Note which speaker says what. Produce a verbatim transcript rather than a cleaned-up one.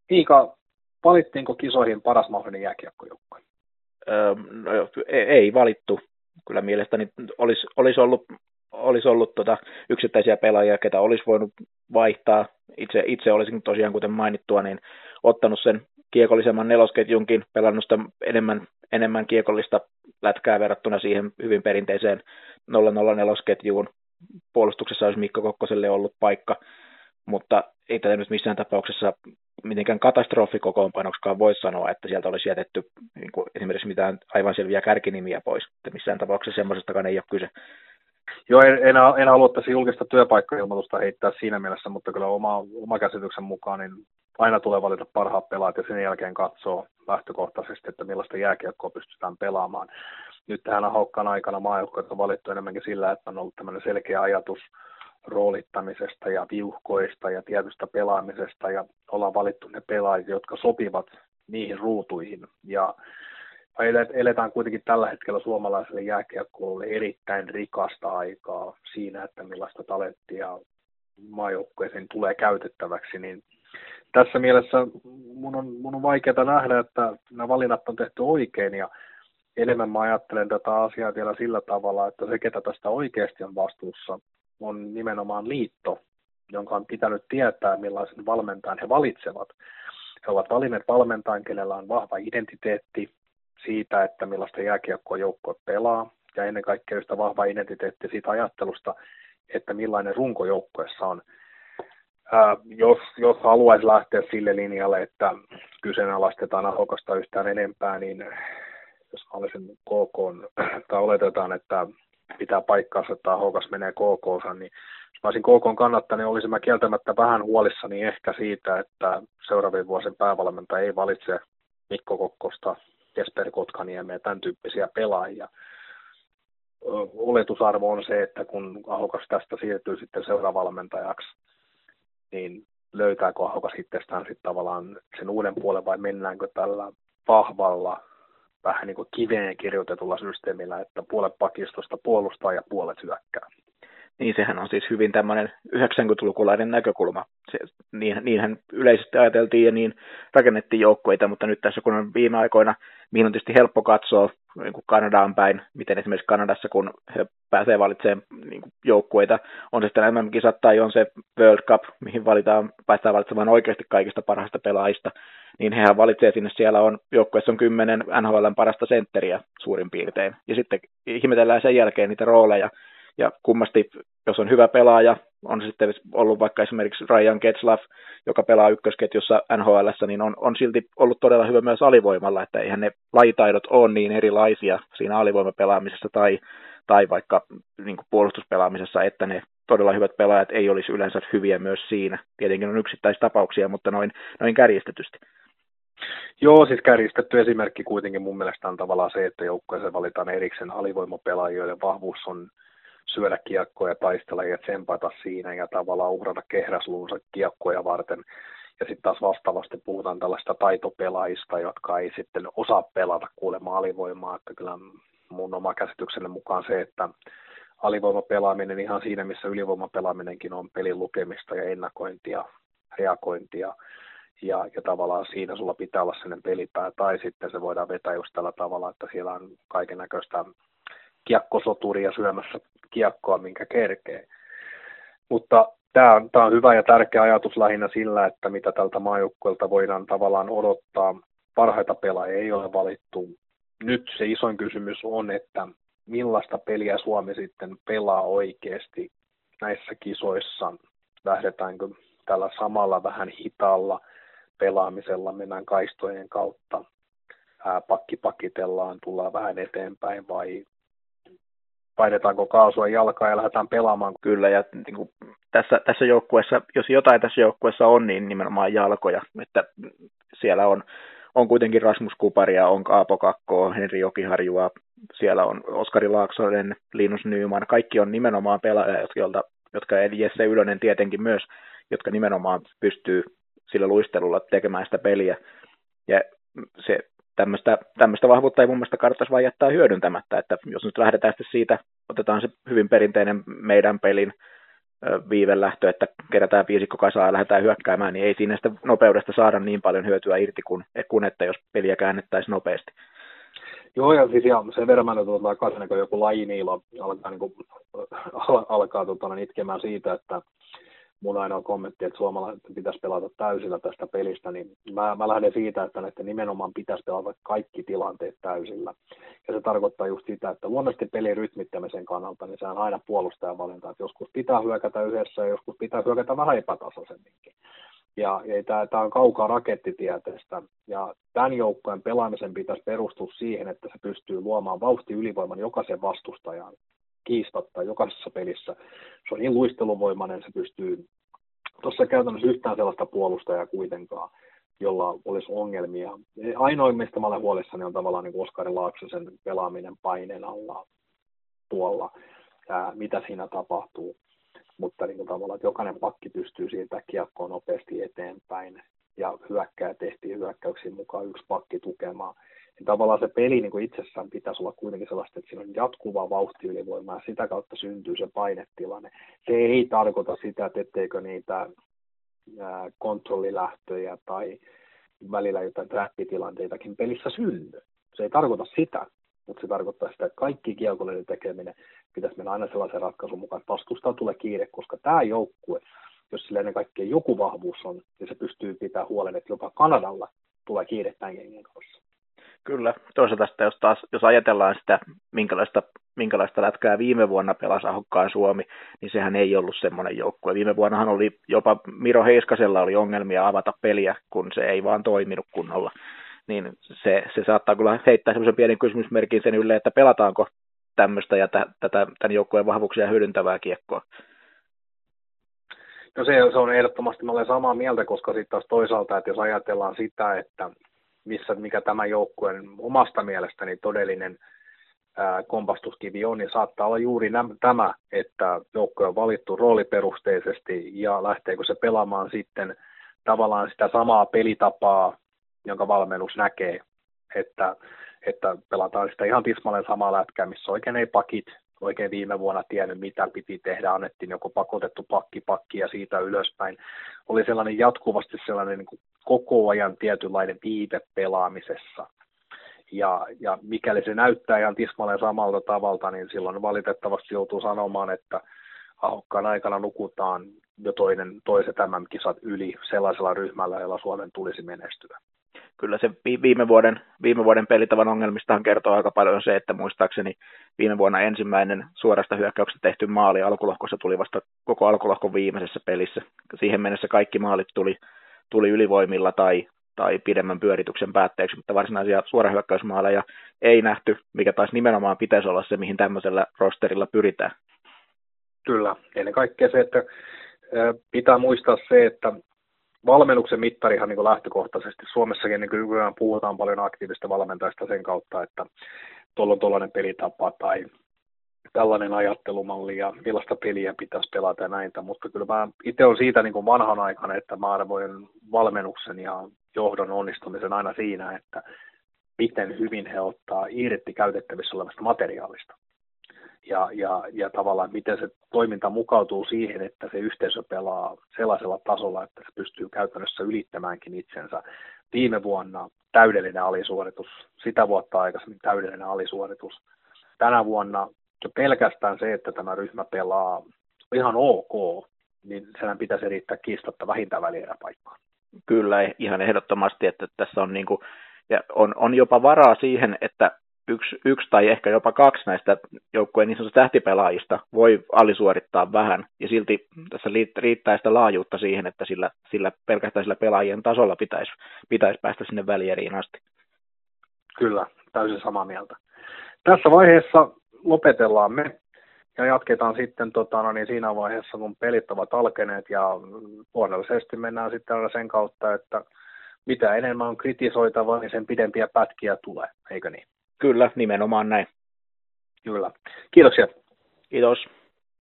Speaker 1: Iika, valittiinko kisoihin paras mahdollinen jääkiekkojoukkue?
Speaker 2: Öö, no, ei, ei valittu. Kyllä mielestäni olisi, olisi ollut, olisi ollut tota yksittäisiä pelaajia, ketä olisi voinut vaihtaa. Itse, itse olisin tosiaan, kuten mainittua, niin ottanut sen kiekollisemman nelosketjunkin, pelannut sitä enemmän, enemmän kiekollista lätkää verrattuna siihen hyvin perinteiseen nolla nolla nelosketjuun. Puolustuksessa olisi Mikko Kokkoselle ollut paikka, mutta ei tätä nyt missään tapauksessa mitenkään katastrofikokoonpanoksikaan voi sanoa, että sieltä olisi jätetty niin kuin esimerkiksi mitään aivan selviä kärkinimiä pois. Että missään tapauksessa semmoisestakaan ei ole kyse.
Speaker 1: Joo, en, en, en halua tässä julkista työpaikkailmoitusta heittää siinä mielessä, mutta kyllä oma, oma käsityksen mukaan niin aina tulee valita parhaat pelaajat ja sen jälkeen katsoo lähtökohtaisesti, että millaista jääkiekkoa pystytään pelaamaan. Nyt tähän Ahokkaan aikana maajoukkoja on valittu enemmänkin sillä, että on ollut tämmöinen selkeä ajatus roolittamisesta ja viuhkoista ja tietystä pelaamisesta ja ollaan valittu ne pelaajat, jotka sopivat niihin ruutuihin. Ja eletään kuitenkin tällä hetkellä suomalaiselle jääkiekkoille erittäin rikasta aikaa siinä, että millaista talenttia maajoukkueeseen tulee käytettäväksi, niin tässä mielessä mun on, mun on vaikeaa nähdä, että nämä valinnat on tehty oikein ja enemmän mä ajattelen tätä asiaa vielä sillä tavalla, että se, ketä tästä oikeasti on vastuussa, on nimenomaan liitto, jonka on pitänyt tietää, millaisen valmentajan he valitsevat. He ovat valinneet valmentajan, kenellä on vahva identiteetti siitä, että millaista jääkiekkoa joukkue pelaa, ja ennen kaikkea sitä vahva identiteetti siitä ajattelusta, että millainen runko joukkueessa on. Ää, jos, jos haluaisi lähteä sille linjalle, että kyseenalaistetaan Ahokasta yhtään enempää, niin jos mä olisin K K, tai oletetaan, että pitää paikkaansa, että Ahokas menee K K:ssa, niin jos mä olisin K K:n kannattaja, niin olisin mä kieltämättä vähän huolissani ehkä siitä, että seuraavien vuosien päävalmentaja ei valitse Mikko Kokkosta, Jesper Kotkaniemeä ja tämän tyyppisiä pelaajia. Oletusarvo on se, että kun Ahokas tästä siirtyy sitten seuravalmentajaksi, niin löytääkö Ahokas itsestään sitten tavallaan sen uuden puolen vai mennäänkö tällä vahvalla, vähän niin kuin kiveen kirjoitetulla systeemillä, että puolet pakistosta puolustaa ja puolet hyökkää.
Speaker 2: Niin, sehän on siis hyvin tämmöinen yhdeksänkymmentälukulainen näkökulma. Se, niin, niinhän yleisesti ajateltiin ja niin rakennettiin joukkueita, mutta nyt tässä kun on viime aikoina, mihin on tietysti helppo katsoa niin kuin Kanadaan päin, miten esimerkiksi Kanadassa, kun he pääsee valitsemaan niin kuin joukkueita, on se sitten M M-kisat tai on se World Cup, mihin valitaan, päästään valitsemaan oikeasti kaikista parhaista pelaajista, niin hehän valitsee sinne, siellä on joukkueessa on kymmenen N H L:n parasta sentteriä suurin piirtein, ja sitten ihmetellään sen jälkeen niitä rooleja. Ja kummasti, jos on hyvä pelaaja, on sitten ollut vaikka esimerkiksi Ryan Getzlaff, joka pelaa ykkösketjussa N H L:ssä, niin on, on silti ollut todella hyvä myös alivoimalla, että eihän ne lajitaidot ole niin erilaisia siinä alivoimapelaamisessa tai, tai vaikka niin kuin puolustuspelaamisessa, että ne todella hyvät pelaajat ei olisi yleensä hyviä myös siinä. Tietenkin on yksittäistapauksia, mutta noin, noin kärjistetysti.
Speaker 1: Joo, siis kärjistetty esimerkki kuitenkin mun mielestä on tavallaan se, että joukkueeseen valitaan erikseen alivoimapelaajia, joiden vahvuus on syödä kiekkoja ja taistella ja tsempata siinä ja tavallaan uhrata kehräsluunsa kiekkoja varten. Ja sitten taas vastaavasti puhutaan tällaista taitopelaajista, jotka ei sitten osaa pelata kuulemma alivoimaa. Että kyllä mun oma käsityksenne mukaan se, että alivoimapelaaminen ihan siinä, missä ylivoimapelaaminenkin on pelin lukemista ja ennakointia, reagointia. Ja, ja tavallaan siinä sulla pitää olla sellainen pelipää, tai sitten se voidaan vetää just tällä tavalla, että siellä on kaiken näköistä kiekkosoturia syömässä kiekkoa, minkä kerkee. Mutta tämä on, tämä on hyvä ja tärkeä ajatus lähinnä sillä, että mitä tältä maajoukkueelta voidaan tavallaan odottaa. Parhaita pelaajia ei ole valittu. Nyt se isoin kysymys on, että millaista peliä Suomi sitten pelaa oikeasti näissä kisoissa. Lähdetäänkö tällä samalla vähän hitaalla pelaamisella, mennään kaistojen kautta, ää, pakki pakitellaan, tullaan vähän eteenpäin vai painetaanko kaasua jalkaa ja lähdetään pelaamaan.
Speaker 2: Kyllä, ja niin kuin tässä, tässä joukkueessa, jos jotain tässä joukkueessa on, niin nimenomaan jalkoja, että siellä on, on kuitenkin Rasmus Kuparia, on Kaapo Kakkoa, Henri Jokiharjua, siellä on Oskari Laaksonen, Linus Nyman, kaikki on nimenomaan pelaajia, jotka, jotka eli Jesse Ylönen tietenkin myös, jotka nimenomaan pystyy sillä luistelulla tekemään sitä peliä, ja se Tämmöistä, tämmöistä vahvuutta ei mun mielestä kannattaisi vain jättää hyödyntämättä, että jos nyt lähdetään sitten siitä, otetaan se hyvin perinteinen meidän pelin viivelähtö, että kerätään viisikko kasaan ja lähdetään hyökkäämään, niin ei siinä sitä nopeudesta saada niin paljon hyötyä irti kuin, kuin että jos peliä käännettäisiin nopeasti.
Speaker 1: Joo, ja siis ja sen verran mä nyt otan takaisin, kun joku lajiniilo alkaa, niin kuin, alkaa tota, itkemään siitä, että mun ainoa kommentti, että suomalaiset pitäisi pelata täysillä tästä pelistä, niin mä, mä lähden siitä, että näiden nimenomaan pitäisi pelata kaikki tilanteet täysillä. Ja se tarkoittaa just sitä, että luonnollisesti pelin rytmittämisen kannalta, niin se on aina puolustajan valinta, että joskus pitää hyökätä yhdessä ja joskus pitää hyökätä vähän epätasaisemminkin. Ja, ja tämä on kaukaa rakettitieteestä, ja tämän joukkojen pelaamisen pitäisi perustua siihen, että se pystyy luomaan vauhtiylivoiman jokaisen vastustajan kiistatta jokaisessa pelissä. Se on niin luisteluvoimainen, se pystyy tuossa käytännössä yhtään sellaista puolustajaa kuitenkaan, jolla olisi ongelmia. Ainoin, mistä mä olen huolissani, on tavallaan niin Oskari Laaksosen pelaaminen paineen alla tuolla, ää, mitä siinä tapahtuu. Mutta niin kuin tavallaan, että jokainen pakki pystyy siirtämään kiekkoa nopeasti eteenpäin ja hyökkää tehtiin hyökkäyksiin mukaan yksi pakki tukemaan. Niin tavallaan se peli niin kuin itsessään pitäisi olla kuitenkin sellaista, että siinä on jatkuvaa vauhtiylivoimaa ja sitä kautta syntyy se painetilanne. Se ei tarkoita sitä, että etteikö niitä ää, kontrollilähtöjä tai välillä jotain trappitilanteitakin pelissä synny. Se ei tarkoita sitä, mutta se tarkoittaa sitä, että kaikki kiekollinen tekeminen pitäisi mennä aina sellaisen ratkaisun mukaan, että vastustaa tulee kiire, koska tämä joukkue, jos sillä ennen kaikkea joku vahvuus on, niin se pystyy pitämään huolen, että jopa Kanadalla tulee kiire tämän jengin kanssa.
Speaker 2: Kyllä, toisaalta sitä, jos, taas, jos ajatellaan sitä, minkälaista, minkälaista lätkää viime vuonna pelasi Ahokkaan Suomi, niin sehän ei ollut semmoinen joukkue. Viime vuonnahan oli jopa Miro Heiskasella oli ongelmia avata peliä, kun se ei vaan toiminut kunnolla. Niin se, se saattaa kyllä heittää semmoisen pienen kysymysmerkin sen ylle, että pelataanko tämmöistä ja t- tätä, tämän joukkueen vahvuuksia hyödyntävää kiekkoa.
Speaker 1: No se, se on ehdottomasti, mä olen samaa mieltä, koska sitten taas toisaalta, että jos ajatellaan sitä, että missä, mikä tämä joukkueen omasta mielestäni todellinen ää, kompastuskivi on, niin saattaa olla juuri nämä, tämä, että joukkue on valittu rooliperusteisesti ja lähteekö se pelaamaan sitten tavallaan sitä samaa pelitapaa, jonka valmennus näkee, että, että pelataan sitä ihan tismalleen samaa lätkää, missä oikein ei pakit oikein viime vuonna tiennyt, mitä piti tehdä, annettiin joko pakotettu pakki, pakki ja siitä ylöspäin. Oli sellainen jatkuvasti sellainen niin kuin koko ajan tietynlainen viive pelaamisessa. Ja, ja mikäli se näyttää ihan tismalleen samalta tavalta, niin silloin valitettavasti joutuu sanomaan, että Ahokkaan aikana nukutaan jo toinen, toiset M M-kisat yli sellaisella ryhmällä, jolla Suomen tulisi menestyä.
Speaker 2: Kyllä se viime vuoden, viime vuoden pelitavan ongelmistahan kertoo aika paljon se, että muistaakseni viime vuonna ensimmäinen suorasta hyökkäyksestä tehty maali alkulohkossa tuli vasta koko alkulohkon viimeisessä pelissä. Siihen mennessä kaikki maalit tuli, tuli ylivoimilla tai, tai pidemmän pyörityksen päätteeksi, mutta varsinaisia suorahyökkäysmaaleja ei nähty, mikä taas nimenomaan pitäisi olla se, mihin tämmöisellä rosterilla pyritään.
Speaker 1: Kyllä, ennen kaikkea se, että pitää muistaa se, että valmennuksen mittarihan niin kuin lähtökohtaisesti Suomessakin niin nykyään puhutaan paljon aktiivista valmentajista sen kautta, että tuolla on tuollainen pelitapa tai tällainen ajattelumalli ja millaista peliä pitäisi pelata ja näin, mutta kyllä mä itse olen siitä niin kuin vanhan aikana, että mä arvoin valmennuksen ja johdon onnistumisen aina siinä, että miten hyvin he ottaa irti käytettävissä olevasta materiaalista. Ja, ja, ja tavallaan miten se toiminta mukautuu siihen, että se yhteisö pelaa sellaisella tasolla, että se pystyy käytännössä ylittämäänkin itsensä. Viime vuonna täydellinen alisuoritus, sitä vuotta aikaisemmin täydellinen alisuoritus. Tänä vuonna jo pelkästään se, että tämä ryhmä pelaa ihan ok, niin senhän pitäisi riittää kiistatta vähintään välieräpaikkaan.
Speaker 2: Kyllä, ihan ehdottomasti, että tässä on, niin kuin, ja on, on jopa varaa siihen, että Yksi, yksi tai ehkä jopa kaksi näistä joukkueen niin sanotusta tähtipelaajista voi alisuorittaa vähän, ja silti tässä riittää sitä laajuutta siihen, että sillä, sillä pelkästään sillä pelaajien tasolla pitäisi, pitäisi päästä sinne välieriin asti.
Speaker 1: Kyllä, täysin samaa mieltä. Tässä vaiheessa lopetellaan me, ja jatketaan sitten tota, no niin siinä vaiheessa, kun pelit ovat alkeneet, ja luonnollisesti mennään sitten sen kautta, että mitä enemmän on kritisoitavaa, niin sen pidempiä pätkiä tulee, eikö niin?
Speaker 2: Kyllä, nimenomaan näin.
Speaker 1: Kyllä. Kiitoksia.
Speaker 2: Kiitos.